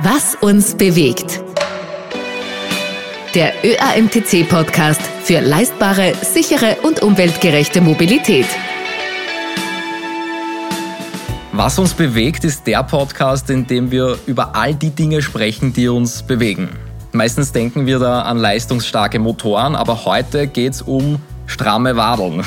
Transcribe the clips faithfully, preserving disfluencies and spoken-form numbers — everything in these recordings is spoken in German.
Was uns bewegt. Der Ö A M T C-Podcast für leistbare, sichere und umweltgerechte Mobilität. Was uns bewegt ist der Podcast, in dem wir über all die Dinge sprechen, die uns bewegen. Meistens denken wir da an leistungsstarke Motoren, aber heute geht es um stramme Wadeln.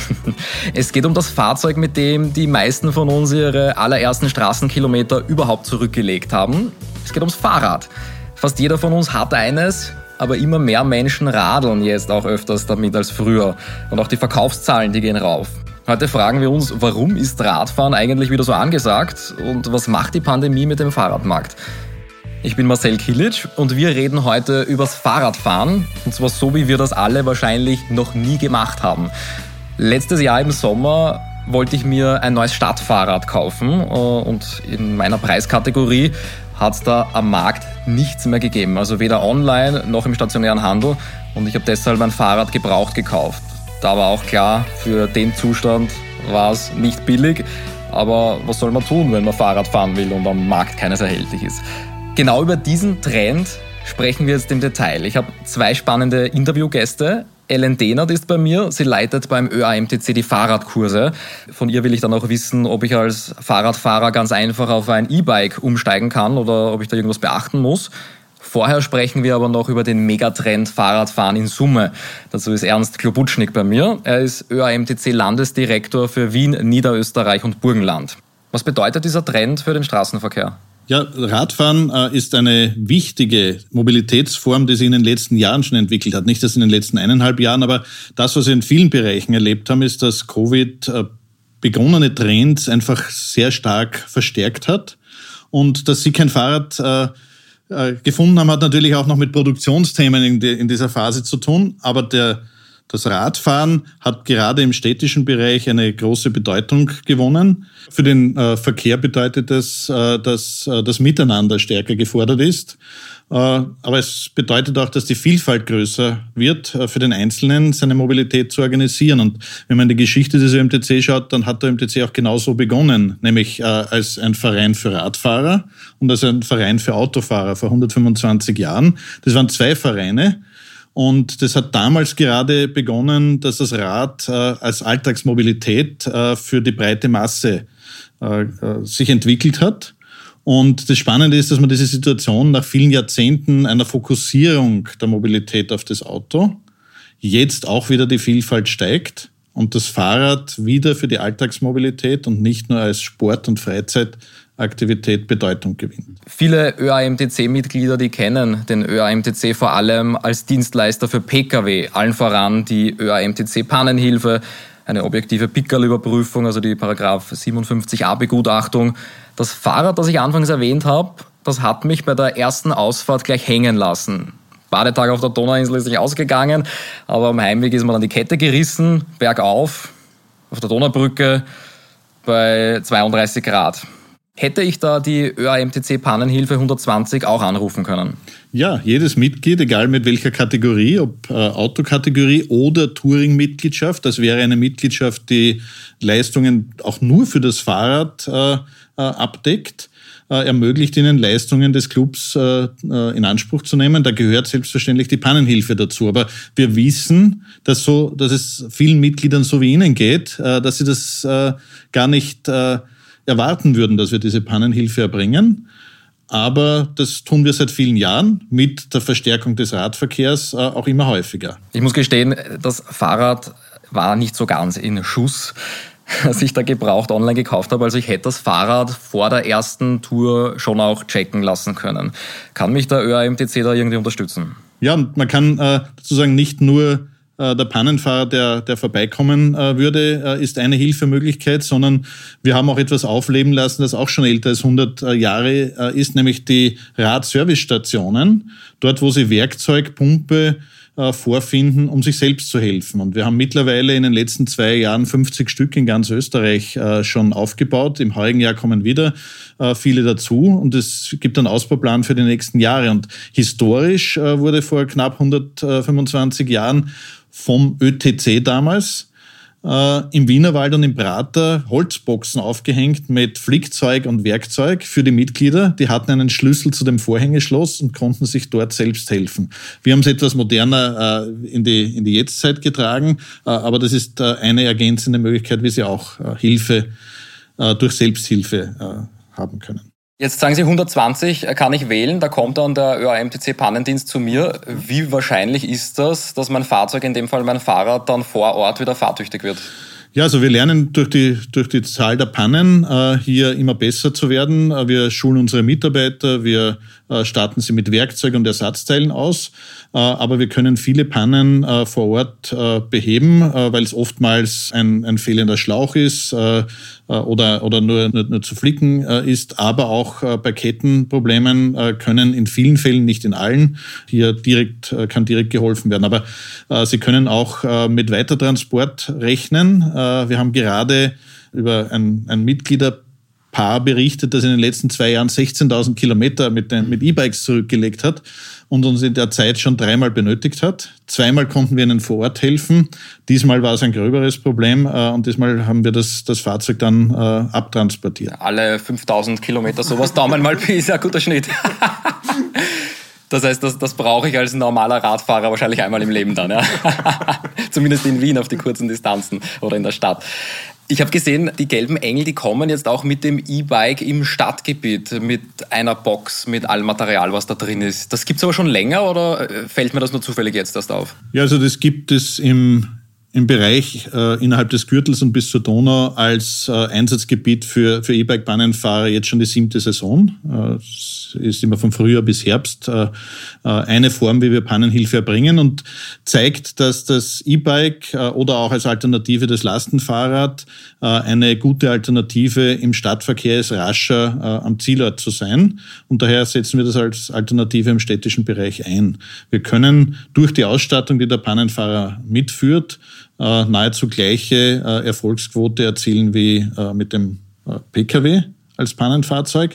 Es geht um das Fahrzeug, mit dem die meisten von uns ihre allerersten Straßenkilometer überhaupt zurückgelegt haben. Es geht ums Fahrrad. Fast jeder von uns hat eines, aber immer mehr Menschen radeln jetzt auch öfters damit als früher. Und auch die Verkaufszahlen, die gehen rauf. Heute fragen wir uns, warum ist Radfahren eigentlich wieder so angesagt und was macht die Pandemie mit dem Fahrradmarkt? Ich bin Marcel Kilic und wir reden heute übers Fahrradfahren, und zwar so, wie wir das alle wahrscheinlich noch nie gemacht haben. Letztes Jahr im Sommer wollte ich mir ein neues Stadtfahrrad kaufen und in meiner Preiskategorie hat es da am Markt nichts mehr gegeben, also weder online noch im stationären Handel, und ich habe deshalb ein Fahrrad gebraucht gekauft. Da war auch klar, für den Zustand war es nicht billig, aber was soll man tun, wenn man Fahrrad fahren will und am Markt keines erhältlich ist? Genau über diesen Trend sprechen wir jetzt im Detail. Ich habe zwei spannende Interviewgäste. Ellen Dehnert ist bei mir. Sie leitet beim Ö A M T C die Fahrradkurse. Von ihr will ich dann auch wissen, ob ich als Fahrradfahrer ganz einfach auf ein E-Bike umsteigen kann oder ob ich da irgendwas beachten muss. Vorher sprechen wir aber noch über den Megatrend Fahrradfahren in Summe. Dazu ist Ernst Klobutschnig bei mir. Er ist Ö A M T C-Landesdirektor für Wien, Niederösterreich und Burgenland. Was bedeutet dieser Trend für den Straßenverkehr? Ja, Radfahren äh, ist eine wichtige Mobilitätsform, die sich in den letzten Jahren schon entwickelt hat. Nicht erst in den letzten eineinhalb Jahren, aber das, was wir in vielen Bereichen erlebt haben, ist, dass Covid äh, begonnene Trends einfach sehr stark verstärkt hat. Und dass Sie kein Fahrrad äh, äh, gefunden haben, hat natürlich auch noch mit Produktionsthemen in, die, in dieser Phase zu tun. Aber der Das Radfahren hat gerade im städtischen Bereich eine große Bedeutung gewonnen. Für den äh, Verkehr bedeutet es, äh, dass äh, das Miteinander stärker gefordert ist. Äh, aber es bedeutet auch, dass die Vielfalt größer wird, äh, für den Einzelnen seine Mobilität zu organisieren. Und wenn man in die Geschichte des Ö A M T C schaut, dann hat der Ö A M T C auch genauso begonnen, nämlich äh, als ein Verein für Radfahrer und als ein Verein für Autofahrer vor hundertfünfundzwanzig Jahren. Das waren zwei Vereine. Und das hat damals gerade begonnen, dass das Rad äh, als Alltagsmobilität äh, für die breite Masse äh, äh, sich entwickelt hat. Und das Spannende ist, dass man diese Situation nach vielen Jahrzehnten einer Fokussierung der Mobilität auf das Auto jetzt auch wieder die Vielfalt steigt und das Fahrrad wieder für die Alltagsmobilität und nicht nur als Sport- und Freizeitaktivität Bedeutung gewinnt. Viele Ö A M T C-Mitglieder, die kennen den Ö A M T C vor allem als Dienstleister für Pkw, allen voran die Ö A M T C-Pannenhilfe, eine objektive Pickerl-Überprüfung, also die Paragraph siebenundfünfzig a Begutachtung. Das Fahrrad, das ich anfangs erwähnt habe, das hat mich bei der ersten Ausfahrt gleich hängen lassen. Badetag auf der Donauinsel ist nicht ausgegangen, aber am Heimweg ist mir dann die Kette gerissen, bergauf, auf der Donaubrücke bei zweiunddreißig Grad. Hätte ich da die Ö A M T C-Pannenhilfe hundertzwanzig auch anrufen können? Ja, jedes Mitglied, egal mit welcher Kategorie, ob äh, Autokategorie oder Touring-Mitgliedschaft, das wäre eine Mitgliedschaft, die Leistungen auch nur für das Fahrrad äh, äh, abdeckt, äh, ermöglicht ihnen, Leistungen des Clubs äh, in Anspruch zu nehmen. Da gehört selbstverständlich die Pannenhilfe dazu. Aber wir wissen, dass, so, dass es vielen Mitgliedern so wie Ihnen geht, äh, dass sie das äh, gar nicht äh, erwarten würden, dass wir diese Pannenhilfe erbringen. Aber das tun wir seit vielen Jahren mit der Verstärkung des Radverkehrs äh, auch immer häufiger. Ich muss gestehen, das Fahrrad war nicht so ganz in Schuss, als ich da gebraucht online gekauft habe. Also ich hätte das Fahrrad vor der ersten Tour schon auch checken lassen können. Kann mich der Ö A M T C da irgendwie unterstützen? Ja, und man kann äh, sozusagen nicht nur der Pannenfahrer, der, der vorbeikommen äh, würde, äh, ist eine Hilfemöglichkeit, sondern wir haben auch etwas aufleben lassen, das auch schon älter als hundert äh, Jahre äh, ist, nämlich die Radservicestationen, dort wo sie Werkzeug, Pumpe äh, vorfinden, um sich selbst zu helfen. Und wir haben mittlerweile in den letzten zwei Jahren fünfzig Stück in ganz Österreich äh, schon aufgebaut. Im heurigen Jahr kommen wieder äh, viele dazu und es gibt einen Ausbauplan für die nächsten Jahre. Und historisch äh, wurde vor knapp hundertfünfundzwanzig Jahren vom Ö T C damals äh, im Wienerwald und im Prater Holzboxen aufgehängt mit Flickzeug und Werkzeug für die Mitglieder. Die hatten einen Schlüssel zu dem Vorhängeschloss und konnten sich dort selbst helfen. Wir haben es etwas moderner äh, in die, in die Jetztzeit getragen, äh, aber das ist äh, eine ergänzende Möglichkeit, wie sie auch äh, Hilfe äh, durch Selbsthilfe äh, haben können. Jetzt sagen Sie, hundertzwanzig kann ich wählen, da kommt dann der Ö A M T C-Pannendienst zu mir. Wie wahrscheinlich ist das, dass mein Fahrzeug, in dem Fall mein Fahrrad, dann vor Ort wieder fahrtüchtig wird? Ja, also wir lernen durch die, durch die Zahl der Pannen äh, hier immer besser zu werden. Wir schulen unsere Mitarbeiter, wir äh, starten sie mit Werkzeug und Ersatzteilen aus. Äh, aber wir können viele Pannen äh, vor Ort äh, beheben, äh, weil es oftmals ein, ein fehlender Schlauch ist äh, oder, oder nur, nur, nur zu flicken äh, ist. Aber auch äh, bei Kettenproblemen äh, können in vielen Fällen, nicht in allen, hier direkt, äh, kann direkt geholfen werden. Aber äh, Sie können auch äh, mit Weitertransport rechnen. Äh, wir haben gerade über ein, ein Mitgliederpaar berichtet, das in den letzten zwei Jahren sechzehntausend Kilometer mit, den, mit E-Bikes zurückgelegt hat und uns in der Zeit schon dreimal benötigt hat. Zweimal konnten wir ihnen vor Ort helfen. Diesmal war es ein gröberes Problem äh, und diesmal haben wir das, das Fahrzeug dann äh, abtransportiert. Alle fünftausend Kilometer, sowas Daumen mal Pi ist ein guter Schnitt. Das heißt, das, das brauche ich als normaler Radfahrer wahrscheinlich einmal im Leben dann. Ja? Zumindest in Wien auf die kurzen Distanzen oder in der Stadt. Ich habe gesehen, die gelben Engel, die kommen jetzt auch mit dem E-Bike im Stadtgebiet, mit einer Box, mit allem Material, was da drin ist. Das gibt es aber schon länger oder fällt mir das nur zufällig jetzt erst auf? Ja, also das gibt es im, im Bereich äh, innerhalb des Gürtels und bis zur Donau als äh, Einsatzgebiet für, für E-Bike-Bahnenfahrer jetzt schon die siebte Saison. Äh, ist immer von Frühjahr bis Herbst äh, eine Form, wie wir Pannenhilfe erbringen und zeigt, dass das E-Bike äh, oder auch als Alternative das Lastenfahrrad äh, eine gute Alternative im Stadtverkehr ist, rascher äh, am Zielort zu sein. Und daher setzen wir das als Alternative im städtischen Bereich ein. Wir können durch die Ausstattung, die der Pannenfahrer mitführt, äh, nahezu gleiche äh, Erfolgsquote erzielen wie äh, mit dem äh, Pkw als Pannenfahrzeug.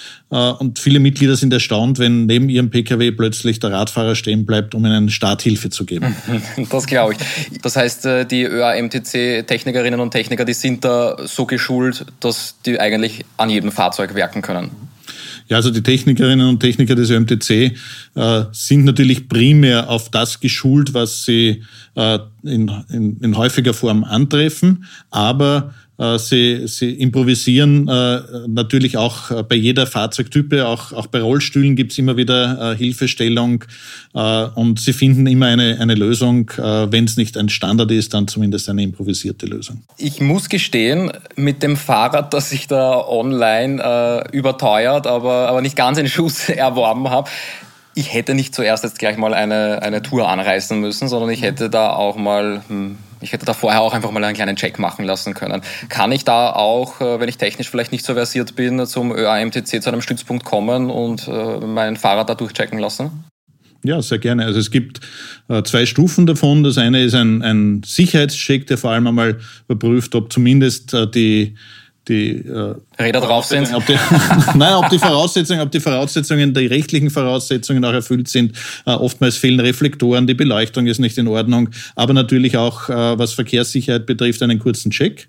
Und viele Mitglieder sind erstaunt, wenn neben ihrem Pkw plötzlich der Radfahrer stehen bleibt, um ihnen Starthilfe zu geben. Das glaube ich. Das heißt, die Ö A M T C-Technikerinnen und Techniker, die sind da so geschult, dass die eigentlich an jedem Fahrzeug werken können. Ja, also die Technikerinnen und Techniker des Ö A M T C äh, sind natürlich primär auf das geschult, was sie äh, in, in, in häufiger Form antreffen, aber Sie, sie improvisieren äh, natürlich auch äh, bei jeder Fahrzeugtype, auch, auch bei Rollstühlen gibt's immer wieder äh, Hilfestellung äh, und sie finden immer eine, eine Lösung, äh, wenn es nicht ein Standard ist, dann zumindest eine improvisierte Lösung. Ich muss gestehen, mit dem Fahrrad, das ich da online äh, überteuert, aber, aber nicht ganz in Schuss erworben habe, ich hätte nicht zuerst jetzt gleich mal eine, eine Tour anreißen müssen, sondern ich hätte da auch mal... Hm, Ich hätte da vorher auch einfach mal einen kleinen Check machen lassen können. Kann ich da auch, wenn ich technisch vielleicht nicht so versiert bin, zum Ö A M T C, zu einem Stützpunkt kommen und mein Fahrrad da durchchecken lassen? Ja, sehr gerne. Also es gibt äh, zwei Stufen davon. Das eine ist ein, ein Sicherheitscheck, der vor allem einmal überprüft, ob zumindest äh, die die äh, Räder drauf sind. Ob die, nein, ob die Voraussetzungen, ob die Voraussetzungen, die rechtlichen Voraussetzungen auch erfüllt sind. Äh, oftmals fehlen Reflektoren, die Beleuchtung ist nicht in Ordnung, aber natürlich auch, äh, was Verkehrssicherheit betrifft, einen kurzen Check.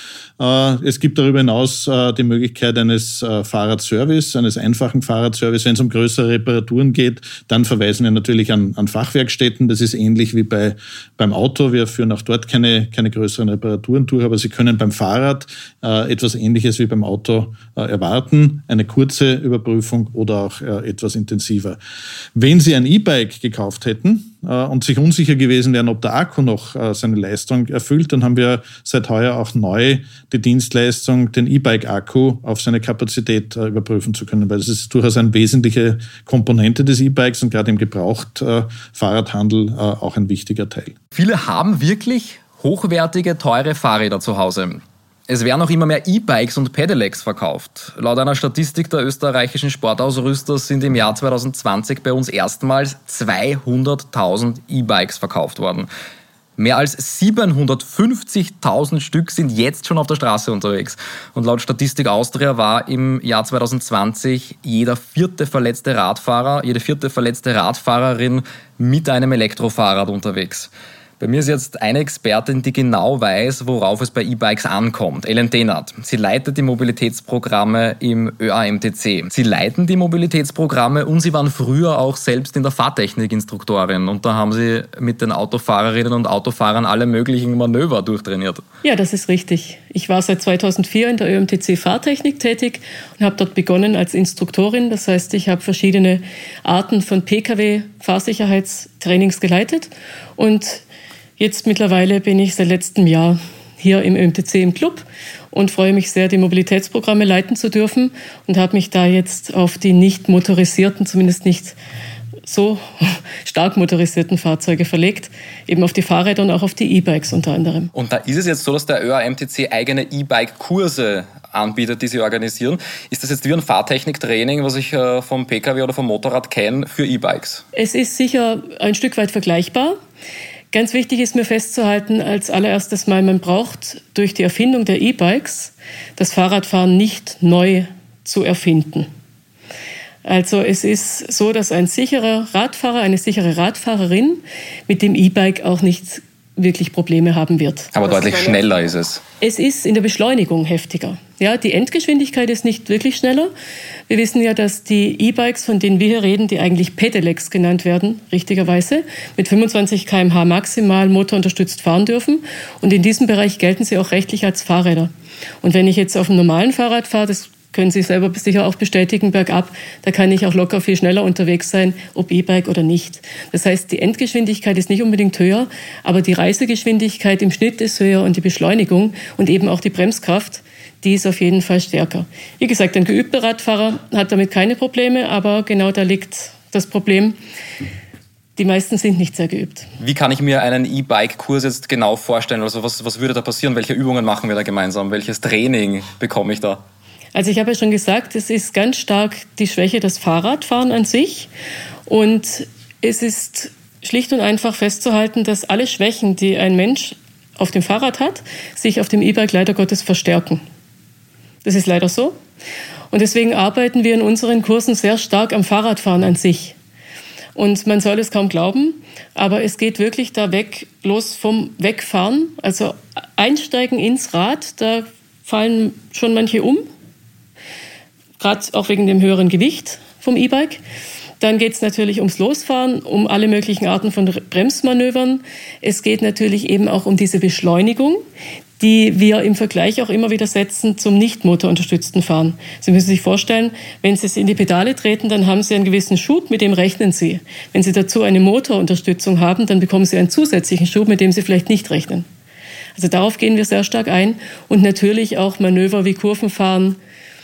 Es gibt darüber hinaus die Möglichkeit eines Fahrradservice, eines einfachen Fahrradservice. Wenn es um größere Reparaturen geht, dann verweisen wir natürlich an, an Fachwerkstätten. Das ist ähnlich wie bei, beim Auto. Wir führen auch dort keine, keine größeren Reparaturen durch, aber Sie können beim Fahrrad äh, etwas Ähnliches wie beim Auto äh, erwarten. Eine kurze Überprüfung oder auch äh, etwas intensiver. Wenn Sie ein E-Bike gekauft hätten, und sich unsicher gewesen wären, ob der Akku noch äh, seine Leistung erfüllt, dann haben wir seit heuer auch neu die Dienstleistung, den E-Bike-Akku auf seine Kapazität äh, überprüfen zu können, weil das ist durchaus eine wesentliche Komponente des E-Bikes und gerade im Gebraucht-Fahrradhandel äh, auch ein wichtiger Teil. Viele haben wirklich hochwertige, teure Fahrräder zu Hause. Es werden auch immer mehr E-Bikes und Pedelecs verkauft. Laut einer Statistik der österreichischen Sportausrüster sind im Jahr zwanzig zwanzig bei uns erstmals zweihunderttausend E-Bikes verkauft worden. Mehr als siebenhundertfünfzigtausend Stück sind jetzt schon auf der Straße unterwegs. Und laut Statistik Austria war im Jahr zwanzig zwanzig jeder vierte verletzte Radfahrer, jede vierte verletzte Radfahrerin mit einem Elektrofahrrad unterwegs. Bei mir ist jetzt eine Expertin, die genau weiß, worauf es bei E-Bikes ankommt. Ellen Dehnert. Sie leitet die Mobilitätsprogramme im Ö A M T C. Sie leiten die Mobilitätsprogramme und Sie waren früher auch selbst in der Fahrtechnik-Instruktorin. Und da haben Sie mit den Autofahrerinnen und Autofahrern alle möglichen Manöver durchtrainiert. Ja, das ist richtig. Ich war seit zweitausendvier in der Ö A M T C Fahrtechnik tätig und habe dort begonnen als Instruktorin. Das heißt, ich habe verschiedene Arten von P K W-Fahrsicherheitstrainings geleitet. Und jetzt mittlerweile bin ich seit letztem Jahr hier im Ö A M T C im Club und freue mich sehr, die Mobilitätsprogramme leiten zu dürfen und habe mich da jetzt auf die nicht motorisierten, zumindest nicht so stark motorisierten Fahrzeuge verlegt, eben auf die Fahrräder und auch auf die E-Bikes unter anderem. Und da ist es jetzt so, dass der Ö A M T C eigene E-Bike-Kurse anbietet, die Sie organisieren. Ist das jetzt wie ein Fahrtechniktraining, was ich vom P K W oder vom Motorrad kenne, für E-Bikes? Es ist sicher ein Stück weit vergleichbar. Ganz wichtig ist mir festzuhalten, als allererstes Mal, man braucht durch die Erfindung der E-Bikes das Fahrradfahren nicht neu zu erfinden. Also es ist so, dass ein sicherer Radfahrer, eine sichere Radfahrerin mit dem E-Bike auch nicht wirklich Probleme haben wird. Aber deutlich schneller ist es. Es ist in der Beschleunigung heftiger. Ja, die Endgeschwindigkeit ist nicht wirklich schneller. Wir wissen ja, dass die E-Bikes, von denen wir hier reden, die eigentlich Pedelecs genannt werden, richtigerweise, mit fünfundzwanzig Kilometer pro Stunde maximal motorunterstützt fahren dürfen. Und in diesem Bereich gelten sie auch rechtlich als Fahrräder. Und wenn ich jetzt auf einem normalen Fahrrad fahre, das können Sie selber sicher auch bestätigen, bergab, da kann ich auch locker viel schneller unterwegs sein, ob E-Bike oder nicht. Das heißt, die Endgeschwindigkeit ist nicht unbedingt höher, aber die Reisegeschwindigkeit im Schnitt ist höher und die Beschleunigung und eben auch die Bremskraft, die ist auf jeden Fall stärker. Wie gesagt, ein geübter Radfahrer hat damit keine Probleme, aber genau da liegt das Problem. Die meisten sind nicht sehr geübt. Wie kann ich mir einen E-Bike-Kurs jetzt genau vorstellen? Also was, was würde da passieren? Welche Übungen machen wir da gemeinsam? Welches Training bekomme ich da? Also ich habe ja schon gesagt, es ist ganz stark die Schwäche das Fahrradfahren an sich. Und es ist schlicht und einfach festzuhalten, dass alle Schwächen, die ein Mensch auf dem Fahrrad hat, sich auf dem E-Bike leider Gottes verstärken. Das ist leider so. Und deswegen arbeiten wir in unseren Kursen sehr stark am Fahrradfahren an sich. Und man soll es kaum glauben, aber es geht wirklich da weg, los vom Wegfahren. Also einsteigen ins Rad, da fallen schon manche um. Gerade auch wegen dem höheren Gewicht vom E-Bike. Dann geht es natürlich ums Losfahren, um alle möglichen Arten von Bremsmanövern. Es geht natürlich eben auch um diese Beschleunigung, die wir im Vergleich auch immer wieder setzen zum nicht motorunterstützten Fahren. Sie müssen sich vorstellen, wenn Sie in die Pedale treten, dann haben Sie einen gewissen Schub, mit dem rechnen Sie. Wenn Sie dazu eine Motorunterstützung haben, dann bekommen Sie einen zusätzlichen Schub, mit dem Sie vielleicht nicht rechnen. Also darauf gehen wir sehr stark ein und natürlich auch Manöver wie Kurvenfahren,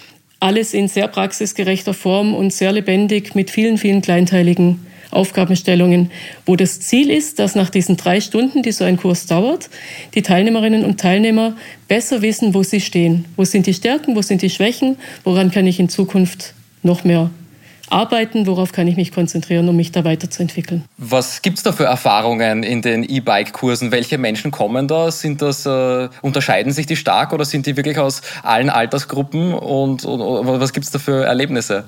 alles in sehr praxisgerechter Form und sehr lebendig mit vielen, vielen kleinteiligen Aufgabenstellungen, wo das Ziel ist, dass nach diesen drei Stunden, die so ein Kurs dauert, die Teilnehmerinnen und Teilnehmer besser wissen, wo sie stehen. Wo sind die Stärken, wo sind die Schwächen, woran kann ich in Zukunft noch mehr arbeiten, worauf kann ich mich konzentrieren, um mich da weiterzuentwickeln. Was gibt es da für Erfahrungen in den E-Bike-Kursen? Welche Menschen kommen da? Sind das, äh, unterscheiden sich die stark oder sind die wirklich aus allen Altersgruppen? Und, und, und was gibt es da für Erlebnisse?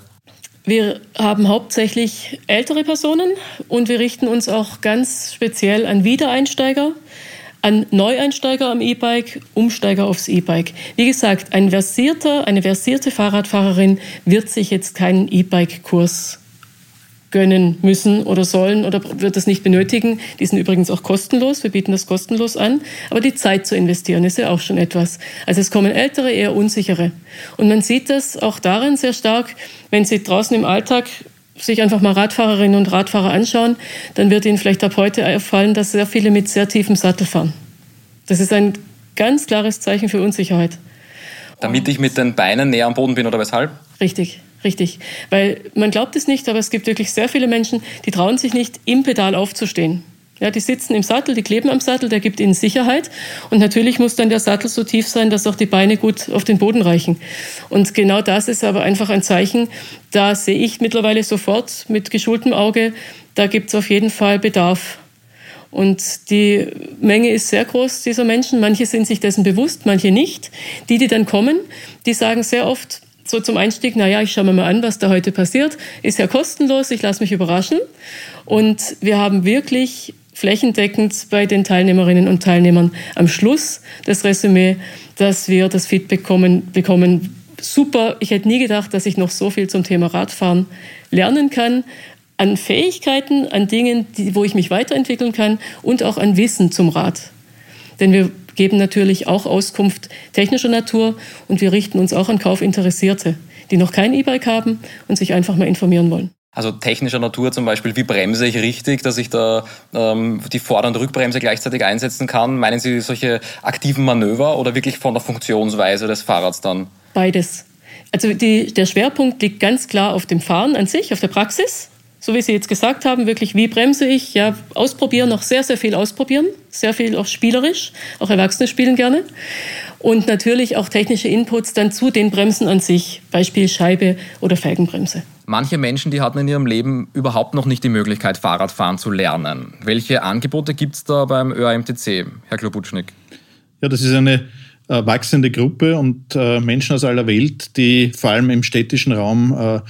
Wir haben hauptsächlich ältere Personen und wir richten uns auch ganz speziell an Wiedereinsteiger, an Neueinsteiger am E-Bike, Umsteiger aufs E-Bike. Wie gesagt, ein versierter, eine versierte Fahrradfahrerin wird sich jetzt keinen E-Bike-Kurs gönnen müssen oder sollen oder wird das nicht benötigen. Die sind übrigens auch kostenlos, wir bieten das kostenlos an. Aber die Zeit zu investieren ist ja auch schon etwas. Also es kommen ältere, eher unsichere. Und man sieht das auch daran sehr stark, wenn Sie draußen im Alltag sich einfach mal Radfahrerinnen und Radfahrer anschauen, dann wird Ihnen vielleicht ab heute auffallen, dass sehr viele mit sehr tiefem Sattel fahren. Das ist ein ganz klares Zeichen für Unsicherheit. Damit ich mit den Beinen näher am Boden bin, oder weshalb? Richtig, richtig. Weil man glaubt es nicht, aber es gibt wirklich sehr viele Menschen, die trauen sich nicht, im Pedal aufzustehen. Ja, die sitzen im Sattel, die kleben am Sattel, der gibt ihnen Sicherheit. Und natürlich muss dann der Sattel so tief sein, dass auch die Beine gut auf den Boden reichen. Und genau das ist aber einfach ein Zeichen, da sehe ich mittlerweile sofort mit geschultem Auge, da gibt es auf jeden Fall Bedarf. Und die Menge ist sehr groß dieser Menschen. Manche sind sich dessen bewusst, manche nicht. Die, die dann kommen, die sagen sehr oft so zum Einstieg, naja, ich schaue mir mal an, was da heute passiert. Ist ja kostenlos, ich lasse mich überraschen. Und wir haben wirklich flächendeckend bei den Teilnehmerinnen und Teilnehmern am Schluss das Resümee, dass wir das Feedback bekommen, bekommen, super, ich hätte nie gedacht, dass ich noch so viel zum Thema Radfahren lernen kann, an Fähigkeiten, an Dingen, die, wo ich mich weiterentwickeln kann und auch an Wissen zum Rad. Denn wir geben natürlich auch Auskunft technischer Natur und wir richten uns auch an Kaufinteressierte, die noch kein E-Bike haben und sich einfach mal informieren wollen. Also technischer Natur zum Beispiel, wie bremse ich richtig, dass ich da ähm, die Vorder- und Rückbremse gleichzeitig einsetzen kann? Meinen Sie solche aktiven Manöver oder wirklich von der Funktionsweise des Fahrrads dann? Beides. Also die, der Schwerpunkt liegt ganz klar auf dem Fahren an sich, auf der Praxis. So wie Sie jetzt gesagt haben, wirklich, wie bremse ich? Ja, ausprobieren, noch sehr, sehr viel ausprobieren. Sehr viel auch spielerisch. Auch Erwachsene spielen gerne. Und natürlich auch technische Inputs dann zu den Bremsen an sich. Beispiel Scheibe oder Felgenbremse. Manche Menschen, die hatten in ihrem Leben überhaupt noch nicht die Möglichkeit, Fahrradfahren zu lernen. Welche Angebote gibt es da beim Ö A M T C, Herr Klobutschnig? Ja, das ist eine äh, wachsende Gruppe und äh, Menschen aus aller Welt, die vor allem im städtischen Raum äh,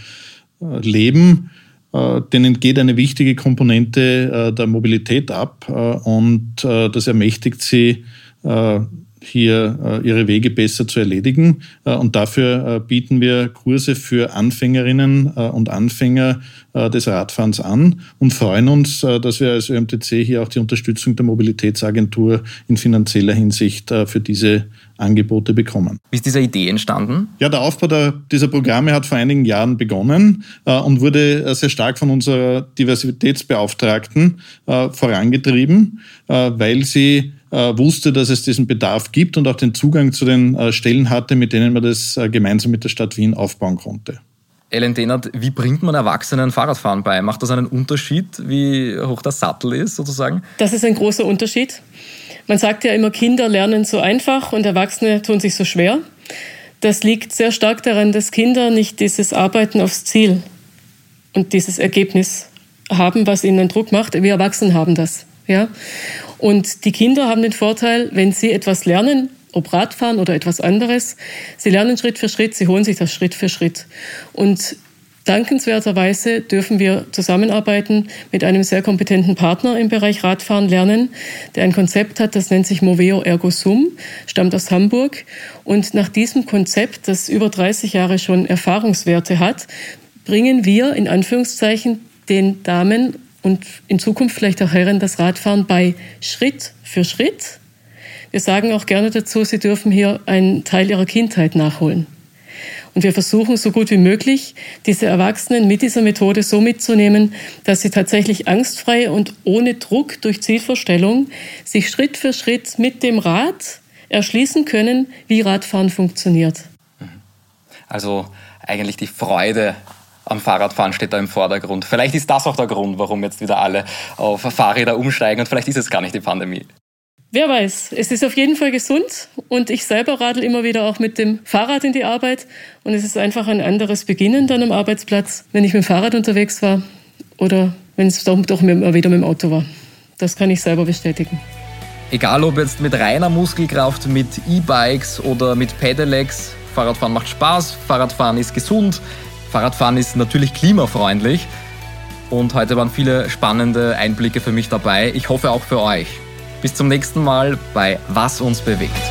leben. Äh, denen geht eine wichtige Komponente äh, der Mobilität ab äh, und äh, das ermächtigt sie, äh, hier äh, ihre Wege besser zu erledigen. Äh, und dafür äh, bieten wir Kurse für Anfängerinnen äh, und Anfänger äh, des Radfahrens an und freuen uns, äh, dass wir als Ö A M T C hier auch die Unterstützung der Mobilitätsagentur in finanzieller Hinsicht äh, für diese Angebote bekommen. Wie ist diese Idee entstanden? Ja, der Aufbau der, dieser Programme hat vor einigen Jahren begonnen äh, und wurde äh, sehr stark von unserer Diversitätsbeauftragten äh, vorangetrieben, äh, weil sie äh, wusste, dass es diesen Bedarf gibt und auch den Zugang zu den äh, Stellen hatte, mit denen man das äh, gemeinsam mit der Stadt Wien aufbauen konnte. Ellen Dehnert, wie bringt man Erwachsenen Fahrradfahren bei? Macht das einen Unterschied, wie hoch der Sattel ist, sozusagen? Das ist ein großer Unterschied. Man sagt ja immer, Kinder lernen so einfach und Erwachsene tun sich so schwer. Das liegt sehr stark daran, dass Kinder nicht dieses Arbeiten aufs Ziel und dieses Ergebnis haben, was ihnen einen Druck macht. Wir Erwachsenen haben das. Ja? Und die Kinder haben den Vorteil, wenn sie etwas lernen, ob Radfahren oder etwas anderes, sie lernen Schritt für Schritt, sie holen sich das Schritt für Schritt. Und dankenswerterweise dürfen wir zusammenarbeiten mit einem sehr kompetenten Partner im Bereich Radfahren lernen, der ein Konzept hat, das nennt sich Moveo Ergo Sum, stammt aus Hamburg. Und nach diesem Konzept, das über dreißig Jahre schon Erfahrungswerte hat, bringen wir in Anführungszeichen den Damen und in Zukunft vielleicht auch Herren das Radfahren bei Schritt für Schritt. Wir sagen auch gerne dazu, sie dürfen hier einen Teil ihrer Kindheit nachholen. Und wir versuchen so gut wie möglich, diese Erwachsenen mit dieser Methode so mitzunehmen, dass sie tatsächlich angstfrei und ohne Druck durch Zielvorstellung sich Schritt für Schritt mit dem Rad erschließen können, wie Radfahren funktioniert. Also eigentlich die Freude am Fahrradfahren steht da im Vordergrund. Vielleicht ist das auch der Grund, warum jetzt wieder alle auf Fahrräder umsteigen und vielleicht ist es gar nicht die Pandemie. Wer weiß, es ist auf jeden Fall gesund und ich selber radel immer wieder auch mit dem Fahrrad in die Arbeit und es ist einfach ein anderes Beginnen dann am Arbeitsplatz, wenn ich mit dem Fahrrad unterwegs war oder wenn es doch, doch wieder mit dem Auto war. Das kann ich selber bestätigen. Egal ob jetzt mit reiner Muskelkraft, mit E-Bikes oder mit Pedelecs, Fahrradfahren macht Spaß, Fahrradfahren ist gesund, Fahrradfahren ist natürlich klimafreundlich und heute waren viele spannende Einblicke für mich dabei. Ich hoffe auch für euch. Bis zum nächsten Mal bei Was uns bewegt.